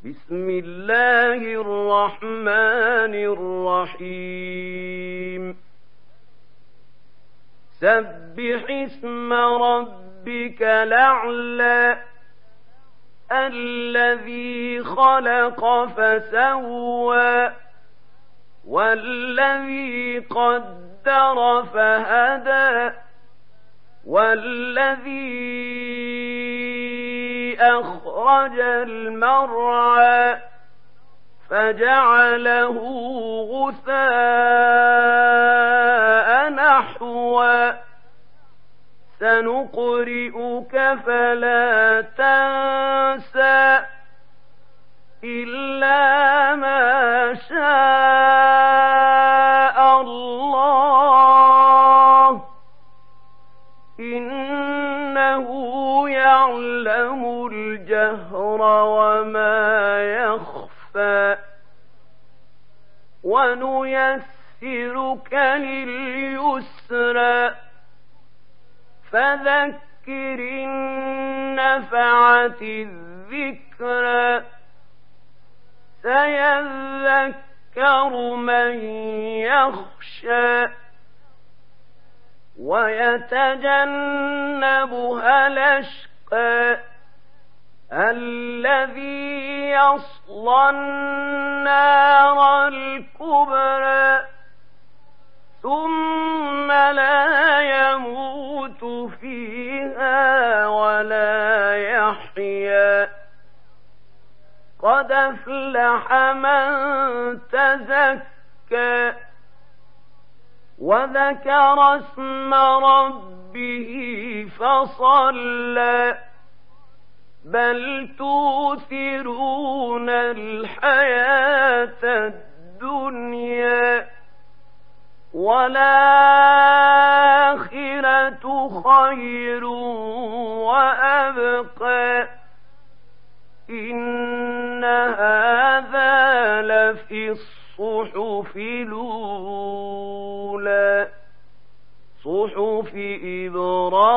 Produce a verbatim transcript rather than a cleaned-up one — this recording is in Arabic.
بسم الله الرحمن الرحيم سبح اسم ربك الأعلى الذي خلق فسوى والذي قدر فهدى والذي أخرج المرعى فجعله غثاء نحوا سنقرئك فلا تنسى إلا ما شاء الله إنه يعلم الجهر وما يخفى ونيسرك لليسرى فذكر إن نفعت الذكرى سيذكر من يخشى ويتجنبها الأشقى الذي يصلى النار الكبرى ثم لا يموت فيها ولا يحيا قد أفلح من تزكى وذكر اسم ربه فصلى بل توثرون الحياة الدنيا والآخرة خير وأبقى إن هذا لفي الصحف الأولى صحف إبراهيم